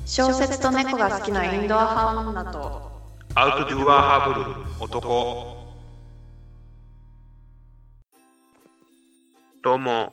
小説と猫が好きなインドア派女とアウトドゥアハブル男。どうも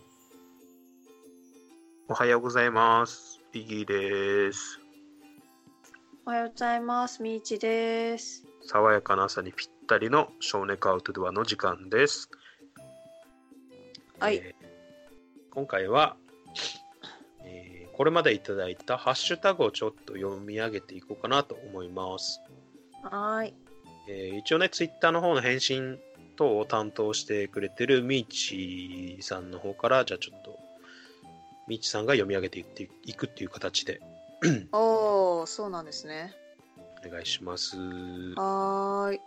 おはようございます。イギーです。 おはようございます。みーちです。 爽やかな朝にぴったりの小猫アウトドアの時間です。 はい、 今回は、これまでいただいたハッシュタグをちょっと読み上げていこうかなと思います。 はい、 一応ね、ツイッターの方の返信等を担当してくれてるみーちさんの方から、じゃあちょっとみーちさんが読み上げていくっていう形でおー、そうなんですね。 お願いします。 はーい。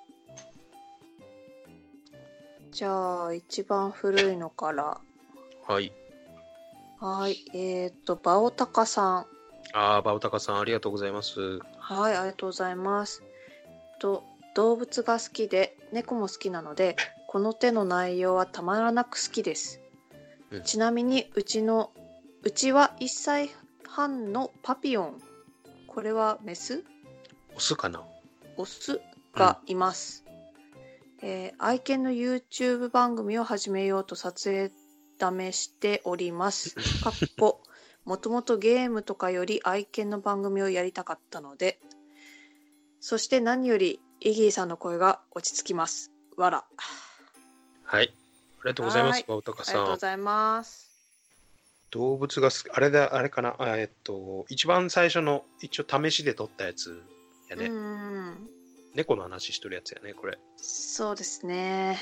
じゃあ一番古いのからはい。 はい。バオタカさん。 バオタカさんありがとうございます。 はい、ありがとうございます。動物が好きで猫も好きなので、この手の内容はたまらなく好きです。ちなみにうちは1歳半のパピヨン。これはメス？ オスかな？ オスがいます。愛犬の YouTube 番組を始めようと撮影試しております。もともとゲームとかより愛犬の番組をやりたかったので、そして何よりイギーさんの声が落ち着きます。わら。 はい。ありがとうございます。バオタカさん。 ありがとうございます。 動物が好き、あれかな、一番最初の一応試しで撮ったやつやね。猫の話しとるやつやね、これ。 そうですね。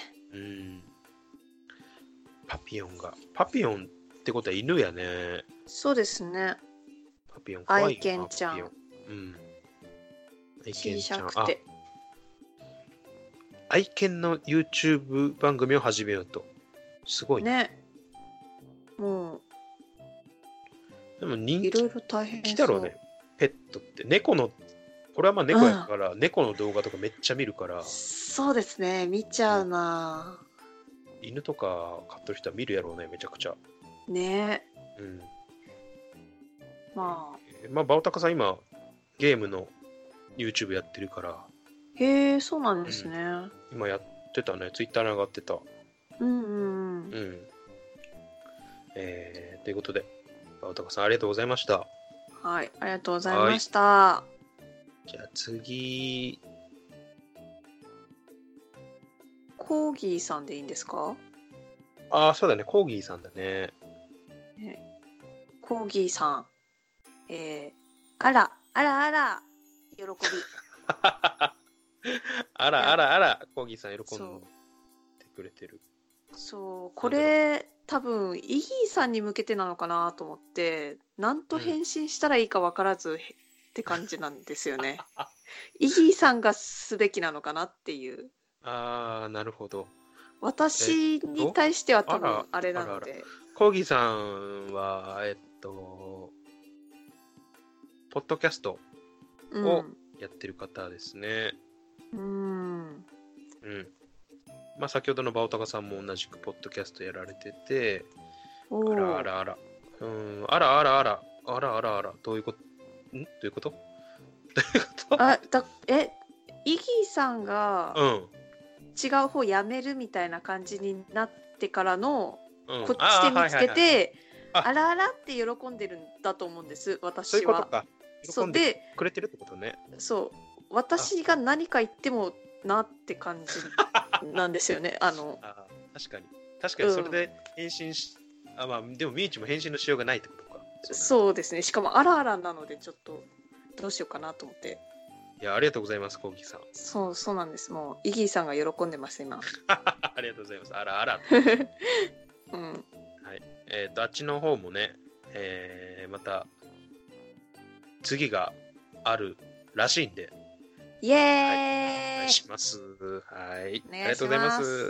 パピヨンってことは犬やね。 そうですね。 パピヨンかわいい。 愛犬ちゃん。 愛犬ちゃん。 小さくて。 愛犬の YouTube 番組を始めようと。すごいね。もうでも人いろいろ大変気だろうね。ペットって俺はまあ猫やから、猫の動画とかめっちゃ見るから。 そうですね、見ちゃうな。 犬とか飼ってる人は見るやろうね、めちゃくちゃ。 ね。まあバオタカさん今ゲームの YouTube やってるから。 へえ、そうなんですね。 今やってたね、Twitter に上がってた。ということでバオタカさんありがとうございました。 はい、ありがとうございました。 じゃあ次、 コーギーさんでいいんですか？ そうだね、コーギーさんだね。 コーギーさん、あら喜びあらコーギーさん喜んでくれてる。 そう、これ多分イギーさんに向けてなのかなと思って、なんと返信したらいいか分からずって感じなんですよね。イギーさんがすべきなのかなっていう。 なるほど。 私に対しては多分あれなので。 コーギーさんはポッドキャストをやってる方ですね。まあ先ほどのバオタカさんも同じくポッドキャストやられてて、あらどういうこと？ イギーさんが違う方やめるみたいな感じになってからの、こっちで見つけて、あらあらって喜んでるんだと思うんです、私は。 そういうことか。喜んでくれてるってことね。 そう、私が何か言ってもなって感じなんですよね。 確かにそれで返信でもミーチも返信のしようがないってことか。 そうですね。しかもあらあらなのでちょっとどうしようかなと思って。 いや、ありがとうございます、コーギーさん。 そうなんです。もうイギーさんが喜んでます今。 ありがとうございます。あらはい。あっちの方もね、また次があるらしいんで。 イエーイ、 お願いします。はい。ありがとうございます。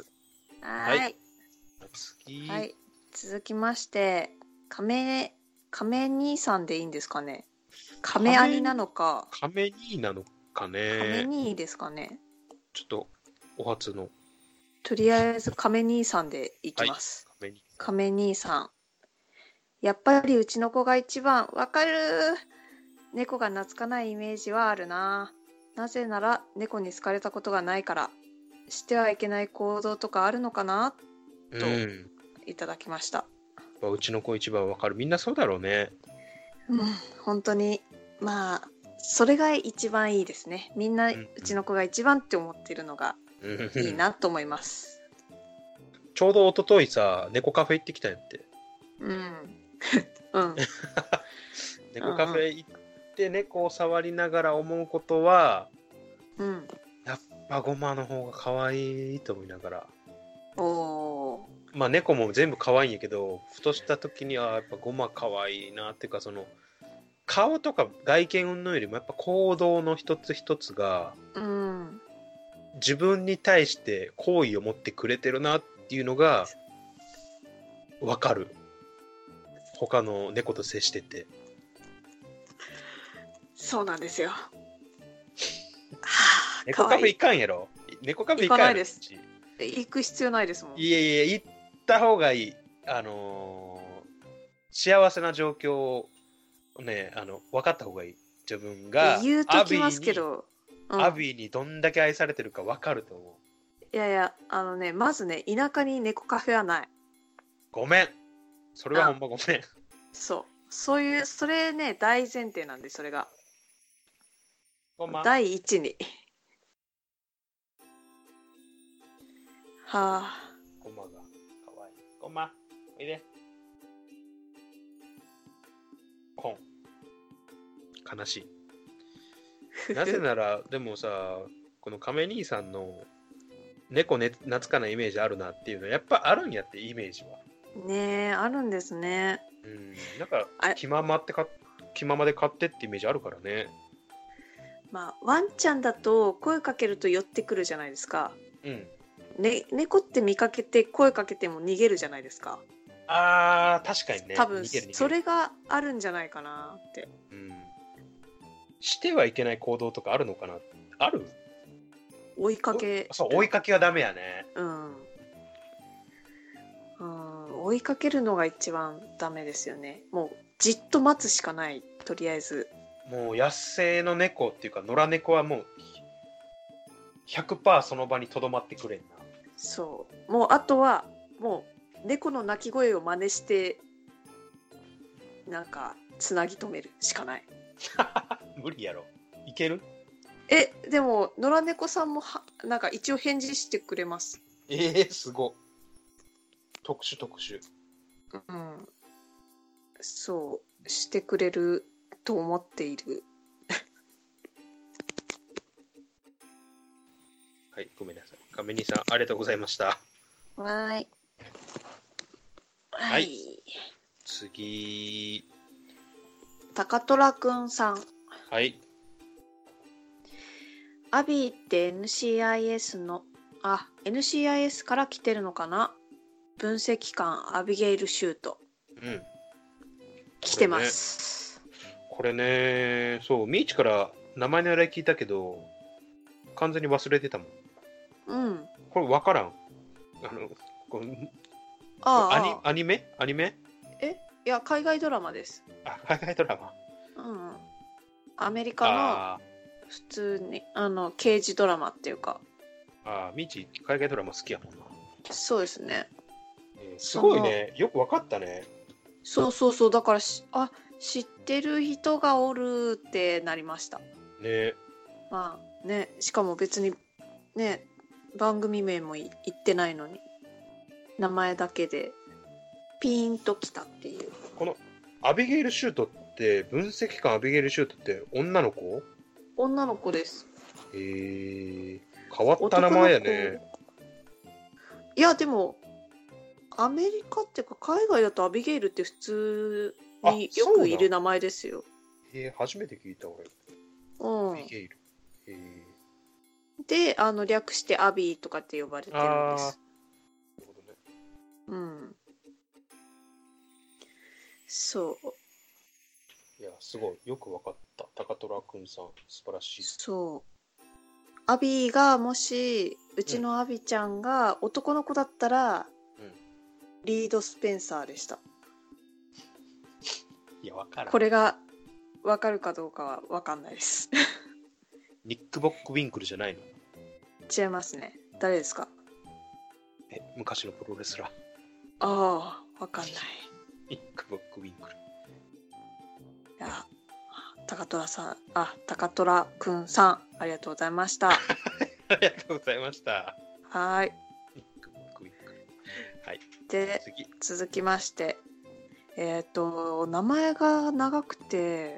はい。 次。 はい。続きまして、亀兄さんでいいんですかね。亀兄なのか。 亀兄なのかね。 亀兄ですかね。 ちょっとお初の。 とりあえず亀兄さんでいきます。亀兄さん。やっぱりうちの子が一番。わかる。 猫が懐かないイメージはあるな。なぜなら猫に好かれたことがないから。してはいけない行動とかあるのかなといただきました。 うちの子一番わかる。みんなそうだろうね。 本当にまあそれが一番いいですね。みんな、うちの子が一番って思ってるのがいいなと思います。 ちょうど一昨日さ、猫カフェ行ってきたんやって。猫カフェ行って猫を触りながら思うことは、やっぱゴマの方が可愛いと思いながら。まあ猫も全部可愛いんやけど、ふとした時にはやっぱゴマ可愛いなっていうか、その顔とか外見云々よりもやっぱ行動の一つ一つが、自分に対して好意を持ってくれてるなっていうのが分かる。他の猫と接してて。 そうなんですよ。 猫カフェ行かんやろ。猫カフェ行かないです。 行く必要ないですもん。 いやいや、行った方がいい。幸せな状況をね、分かった方がいい。自分が言うときますけど、 アビーにどんだけ愛されてるか分かると思う。 いやいや、まずね、田舎に猫カフェはない。 ごめん。それはほんまごめん。 それね、大前提なんで、それが。第一に。はあ。 ゴマがかわいい。ゴマ、おいで。コン。悲しい。なぜなら、でもさ、この亀兄さんの猫ね、懐かないイメージあるなっていうのは、やっぱあるんやって、イメージは。 ねえ、あるんですね。 なんか、気ままで買ってってイメージあるからね。 まあ、ワンちゃんだと声かけると寄ってくるじゃないですか。猫って見かけて声かけても逃げるじゃないですか。 確かにね。 多分それがあるんじゃないかなって。 してはいけない行動とかあるのかな。ある？ 追いかけ。 そう、追いかけはダメやね。 追いかけるのが一番ダメですよね。もうじっと待つしかない。とりあえず。 もう野生の猫っていうか野良猫はもう 100% その場にとどまってくれんな。 そう。もうあとはもう猫の鳴き声を真似してなんかつなぎ止めるしかない。 無理やろ。いける？ でも野良猫さんもなんか一応返事してくれます。 すご。特殊。 そうしてくれると思っている。 はい、ごめんなさい。亀兄さん、ありがとうございました。 はい。 次。 高虎くんさん。 はい。 アビーって NCIS から来てるのかな？分析官アビゲイルシュート。来てます。 これね、そう、ミーチから名前の由来聞いたけど、完全に忘れてたもん。これ分からん。アニメいや、海外ドラマです。 海外ドラマ。 アメリカの普通に刑事ドラマっていうか。 ミーチ海外ドラマ好きやもんな。 そうですね。 すごいね。よく分かったね。 そうだから知ってる人がおるってなりましたね。 まあね、しかも別にね番組名も言ってないのに名前だけでピーンときたっていう。 このアビゲイルシュートって分析官アビゲイルシュートって女の子？ 女の子です。 変わった名前やね。 いやでもアメリカっていうか海外だとアビゲイルって普通によくいる名前ですよ。 初めて聞いた俺。アビゲイル。 で略してアビーとかって呼ばれてるんです。なるほどね。そう。 いやすごいよくわかった。高虎くんさん素晴らしい。 そう。アビーがもしうちのアビちゃんが男の子だったら、リード・スペンサーでした。 いやわからん。 これがわかるかどうかはわかんないです。 ニック・ボック・ウィンクルじゃないの？ 違いますね。誰ですか？ 昔のプロレスラー。 ああ、わかんない。 ニック・ボック・ウィンクル。 いや、高虎さん、高虎くんさん、ありがとうございました。 ありがとうございました。 はい。 ニック・ボック・ウィンクル。はい。 で、続きまして、名前が長くて、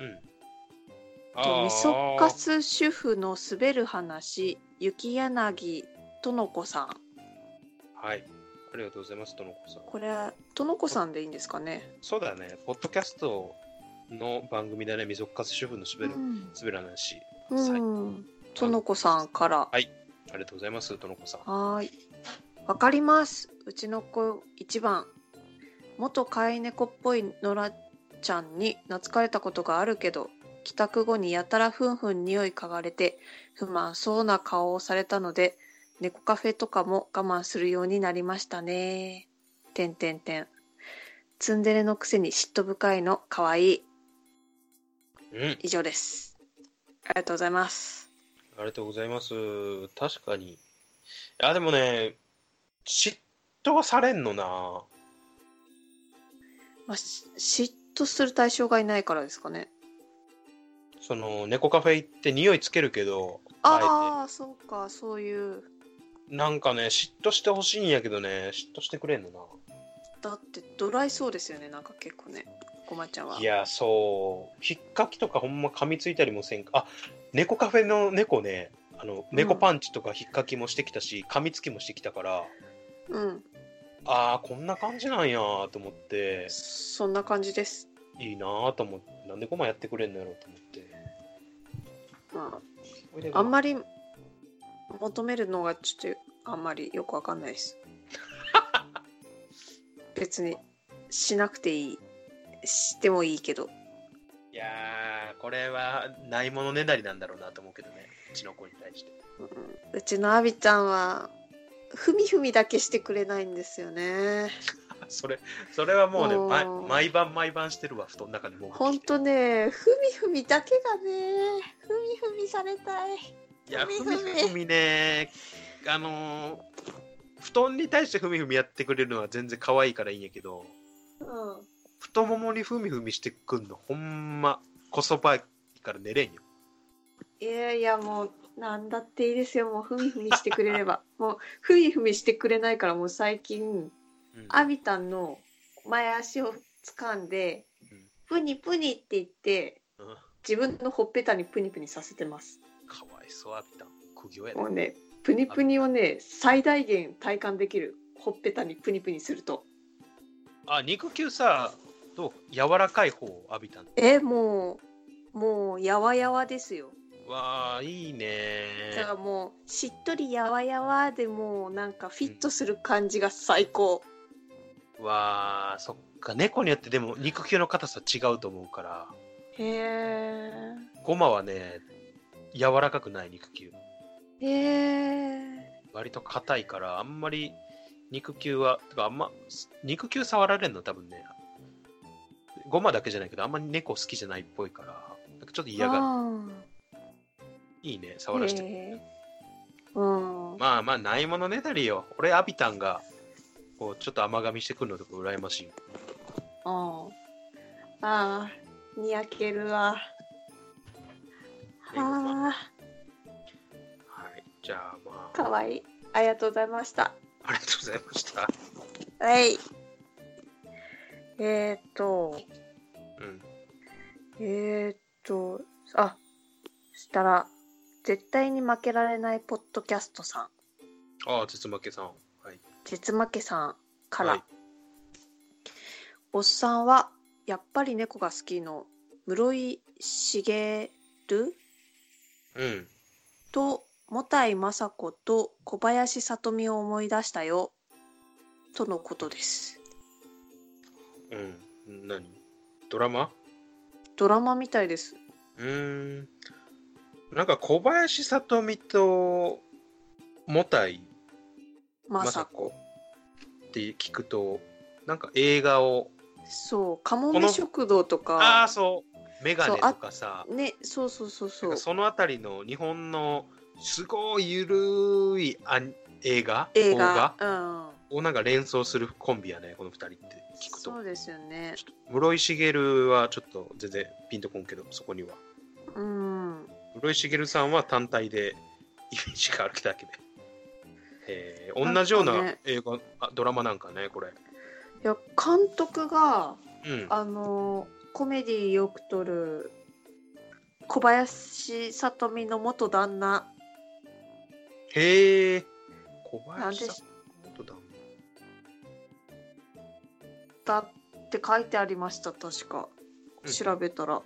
みそかす主婦の滑る話、雪柳とのこさん。 はい。ありがとうございます、とのこさん。 これ、とのこさんでいいんですかね？ そうだね。ポッドキャストの番組だね。みそかす主婦の滑る話。 とのこさんから。 はい。ありがとうございます、とのこさん。 はい。わかります。うちの子一番。元飼い猫っぽいノラちゃんに懐かれたことがあるけど、帰宅後にやたらふんふん匂い嗅がれて不満そうな顔をされたので、猫カフェとかも我慢するようになりましたね。ツンデレのくせに嫉妬深いのかわいい。以上です。ありがとうございます。 ありがとうございます。確かに。いや、でもね、嫉妬はされんのな。 嫉妬する対象がいないからですかね。 その猫カフェ行って匂いつけるけど、 そうか、そういう。 なんかね、嫉妬してほしいんやけどね、嫉妬してくれんのな。 だってドライそうですよね、なんか結構ね、ごまちゃんは。 いや、そう、引っかきとかほんま噛みついたりもせんか。猫カフェの猫ね、猫パンチとか引っかきもしてきたし、噛みつきもしてきたから、こんな感じなんやと思って。 そんな感じです。 いいなと思って、なんでごまやってくれんのやろうと思って。 あんまり求めるのがちょっとあんまりよくわかんないです。別にしなくていい、してもいいけど。 いやー、これはないものねだりなんだろうなと思うけどね、うちの子に対して。 うちのアビちゃんはふみふみだけしてくれないんですよね。 それはもうね、毎晩してるわ、布団の中にもう。 ほんとね、ふみふみだけがね、ふみふみされたい。 いや、ふみふみね、布団に対してふみふみやってくれるのは全然可愛いからいいんやけど、太ももにふみふみしてくんの、ほんま、こそばいから寝れんよ。 いや、もう、なんだっていいですよ、もうふみふみしてくれれば。もう、ふみふみしてくれないから、もう最近、アビタンの前足を掴んで、プニプニって言って、自分のほっぺたにプニプニさせてます。 かわいそう、アビタン。苦行やね。 もうね、プニプニをね、最大限体感できる。ほっぺたにプニプニすると。 肉球さ、どう柔らかい方、アビタン。 もう、やわやわですよ。 わあ、いいね。 だからもう、しっとりやわやわでもう、なんかフィットする感じが最高。 わあ、そっか。猫によってでも肉球の硬さ違うと思うから。 へえ。 ゴマはね、柔らかくない肉球。 へえ。 割と硬いから、あんまり肉球は、肉球触られるの多分ね、ゴマだけじゃないけど、あんまり猫好きじゃないっぽいから、なんかちょっと嫌がる。いいね、触らせて。まあ、ないものねだりよ。俺、アビタンが、こう、ちょっと甘噛みしてくるのとか羨ましい。 にやけるわ。 はい、じゃあまあ。 かわいい。ありがとうございました。 ありがとうございました。 はい。したら、絶対に負けられないポッドキャストさん。 絶負けさん。はい。 絶負けさんから。おっさんは、やっぱり猫が好きの室井茂と茂田井雅子と小林聡美を思い出したよとのことです。 何？ドラマ？ ドラマみたいです。 なんか小林聡美と茂田井雅子って聞くと、なんか映画を。 そう、かもめ食堂とか。 そう。 メガネとかさ、 ね、そうそうそうそう。 そのあたりの日本のすごいゆるい映画邦画をなんか連想するコンビやね、この2人って聞くと。 そうですよね。 室井茂はちょっと全然ピンとこんけど、そこには。室井茂さんは単体でイメージがあるだけで。同じような映画、ドラマなんかね、これ。 いや、監督が、コメディよく撮る小林聡美の元旦那。 へえ。小林さん元旦那だって書いてありました、確か。調べたら。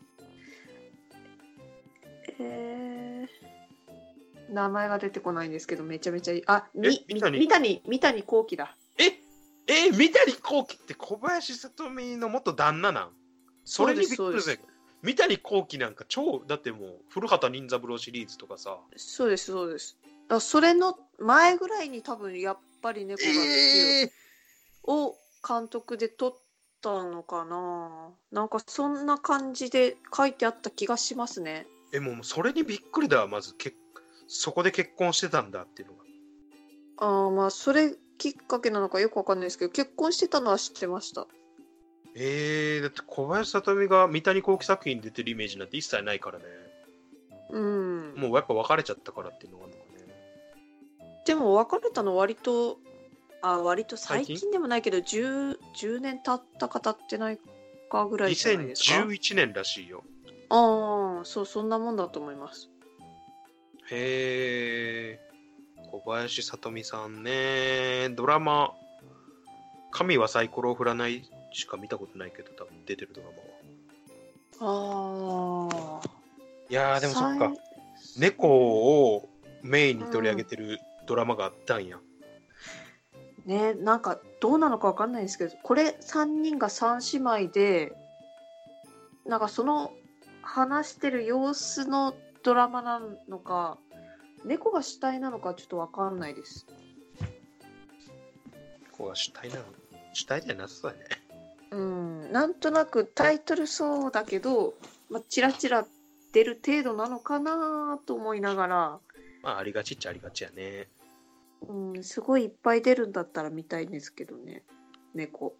名前が出てこないんですけど、めちゃめちゃいい。三谷幸喜だ。 三谷幸喜って小林聡美の元旦那なん？それにびっくりしたけど。三谷幸喜なんかだってもう古畑任三郎シリーズとかさ。 そうです。それの前ぐらいに多分やっぱり猫が好きを監督で撮ったのかな。なんかそんな感じで書いてあった気がしますね。 もうそれにびっくりだわ。まずそこで結婚してたんだっていうのが。 まあそれきっかけなのかよくわかんないですけど、結婚してたのは知ってました。 だって小林聡美が三谷幸喜作品に出てるイメージなんて一切ないからね。もうやっぱ別れちゃったからっていうのがあるのかね。 でも別れたの割と最近でもないけど 10年経ったか経ってないかぐらいじゃないですか。 2011年らしいよ。 そんなもんだと思います。 へえ。小林聡美さんね。ドラマ神はサイコロを振らないしか見たことないけど、多分出てるドラマは。いやーでもそっか。猫をメインに取り上げてるドラマがあったんや。 ね、なんかどうなのかわかんないですけど、これ3人が3姉妹で、なんかその話してる様子のドラマなのか、猫が主体なのかちょっとわかんないです。 猫が主体なの？主体じゃなさそうだね。 なんとなくタイトルそうだけど、チラチラ出る程度なのかなと思いながら。 ありがちっちゃありがちやね。 すごいいっぱい出るんだったら見たいんですけどね、猫。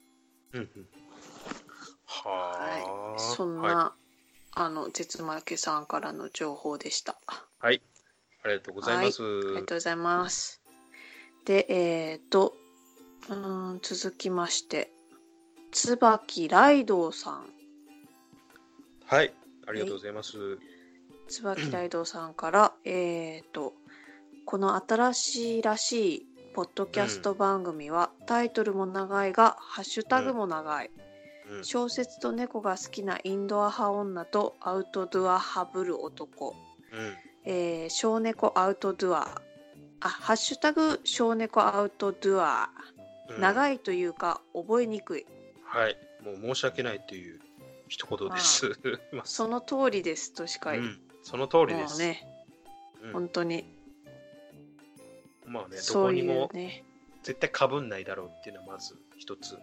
はい。そんな、絶負けさんからの情報でした。 はい。ありがとうございます。 ありがとうございます。で、続きまして、椿ライドウさん。 はい。ありがとうございます。 椿ライドウさんから、この新しいらしいポッドキャスト番組は、タイトルも長いがハッシュタグも長い、小説と猫が好きなインドア派女とアウトドア派ぶる男、小猫アウトドア、ハッシュタグ小猫アウトドア、長いというか覚えにくい。 はい、もう申し訳ないという一言です。 その通りですとしか言その通りです。 ね、本当に。 まあね、どこにも絶対かぶんないだろうっていうのはまず一つ。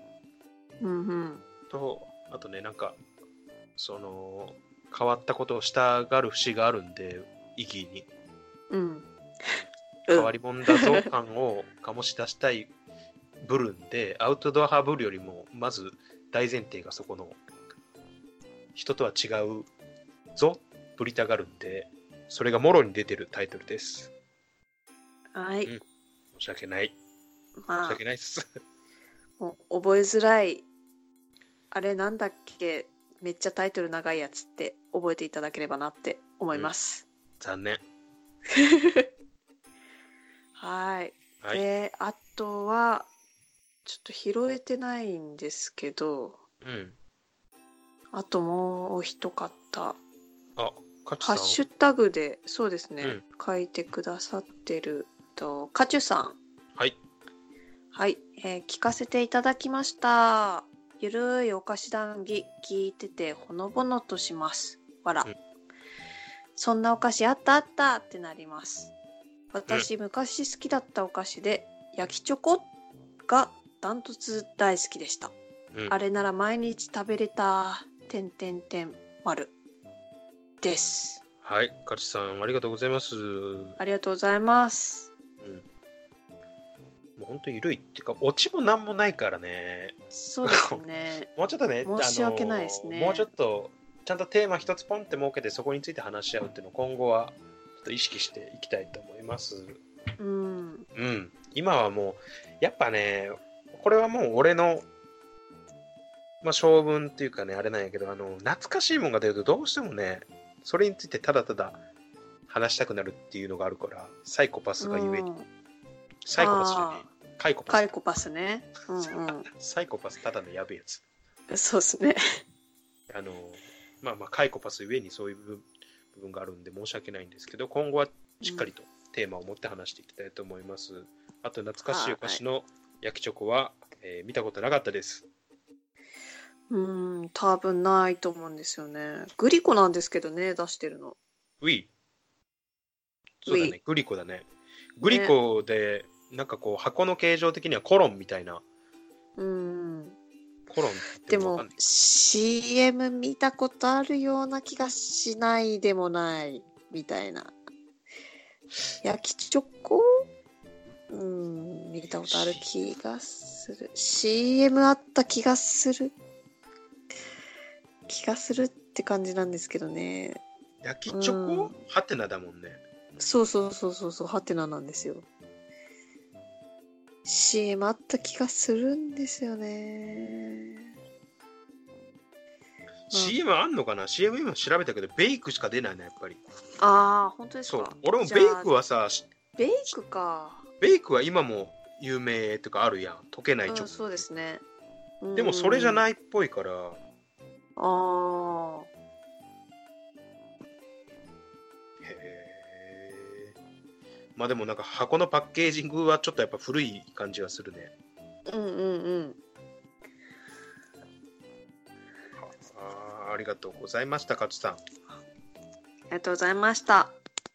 と、あとね、なんか、変わったことをしたがる節があるんで、イギーに。変わり者だぞ感を醸し出したいブルんで、アウトドア派ブルよりも、まず大前提がそこの、人とは違うぞ、ぶりたがるんで、それがもろに出てるタイトルです。 はい、 申し訳ない。申し訳ないっす。 もう覚えづらい。あれなんだっけ、めっちゃタイトル長いやつって覚えていただければなって思います。 残念。 はい。で、あとはちょっと拾えてないんですけど、あともう一方、ハッシュタグでそうですね、書いてくださってるカチュさん。はい、聞かせていただきました。ゆるいお菓子談義聞いててほのぼのとします。わら、そんなお菓子あったってなります。私、昔好きだったお菓子で焼きチョコがダントツ大好きでした。あれなら毎日食べれた。 丸です。 はい、かちさんありがとうございます。 ありがとうございます。 もう本当に緩いっていうか、オチもなんもないからね。 そうですね。 もうちょっとね、 申し訳ないですね。 もうちょっとちゃんとテーマ一つポンって設けて、そこについて話し合うっていうのを今後はちょっと意識していきたいと思います。今はもうやっぱね、これはもう俺の性分っていうかね、あれなんやけど、懐かしいもんが出るとどうしてもね、それについてただただ話したくなるっていうのがあるから、サイコパスがゆえに。サイコパスじゃねえ。カイコパス。 カイコパスね。 サイコパスただのやべえやつ。 そうですね。 カイコパスゆえにそういう部分があるんで申し訳ないんですけど、今後はしっかりとテーマを持って話していきたいと思います。あと、懐かしいお菓子の焼きチョコは、見たことなかったです。 多分ないと思うんですよね。グリコなんですけどね、出してるの。 そうだね、グリコだね。グリコで、なんかこう、箱の形状的にはコロンみたいな。コロンってでも、CM 見たことあるような気がしないでもないみたいな。焼きチョコ見たことある気がする。CM あった気がするって感じなんですけどね。 焼きチョコハテナだもんね。 そう、ハテナなんですよ。CM あった気がするんですよね。 CM あんのかな？ CM 今調べたけど、ベイクしか出ないな、やっぱり。 ああ、本当ですか。そう。 俺もベイクはさ、 ベイクか。 ベイクは今も有名とかあるやん。溶けないチョコ。 そうですね。 でもそれじゃないっぽいから。でもなんか箱のパッケージングはちょっとやっぱ古い感じがするね。ありがとうございました、勝さん。 ありがとうございました。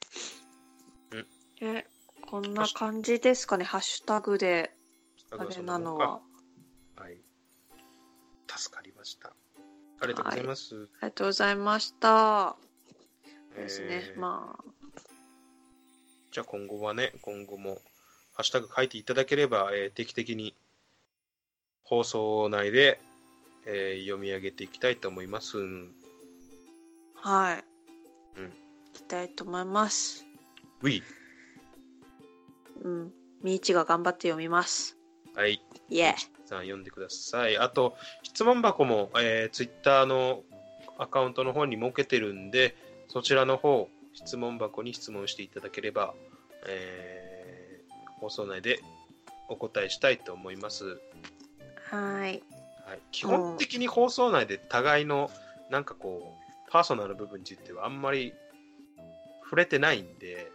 こんな感じですかね、ハッシュタグで。あれなのは。 はい。助かりました。ありがとうございます。 ありがとうございました。ですね、 じゃあ今後もハッシュタグ書いていただければ、定期的に放送内で、読み上げていきたいと思います。 はい。いきたいと思います。みーちが頑張って読みます。 はい。 イエー。 さん読んでください。あと、質問箱も、Twitter のアカウントの方に設けてるんで、そちらの方、質問箱に質問していただければ、放送内でお答えしたいと思います。 はい。 基本的に放送内で互いのなんかこうパーソナルな部分についてはあんまり触れてないんで、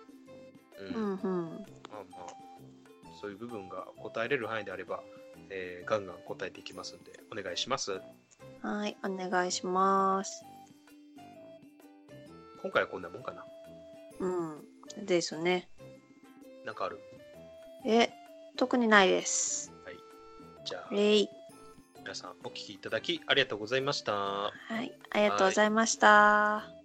そういう部分が答えれる範囲であれば、ガンガン答えていきますんでお願いします。 はい、お願いします。 今回はこんなもんかな。 ですね。 なんかある？ 特にないです。 はい。じゃあ、皆さんお聞きいただきありがとうございました。 はい、ありがとうございました。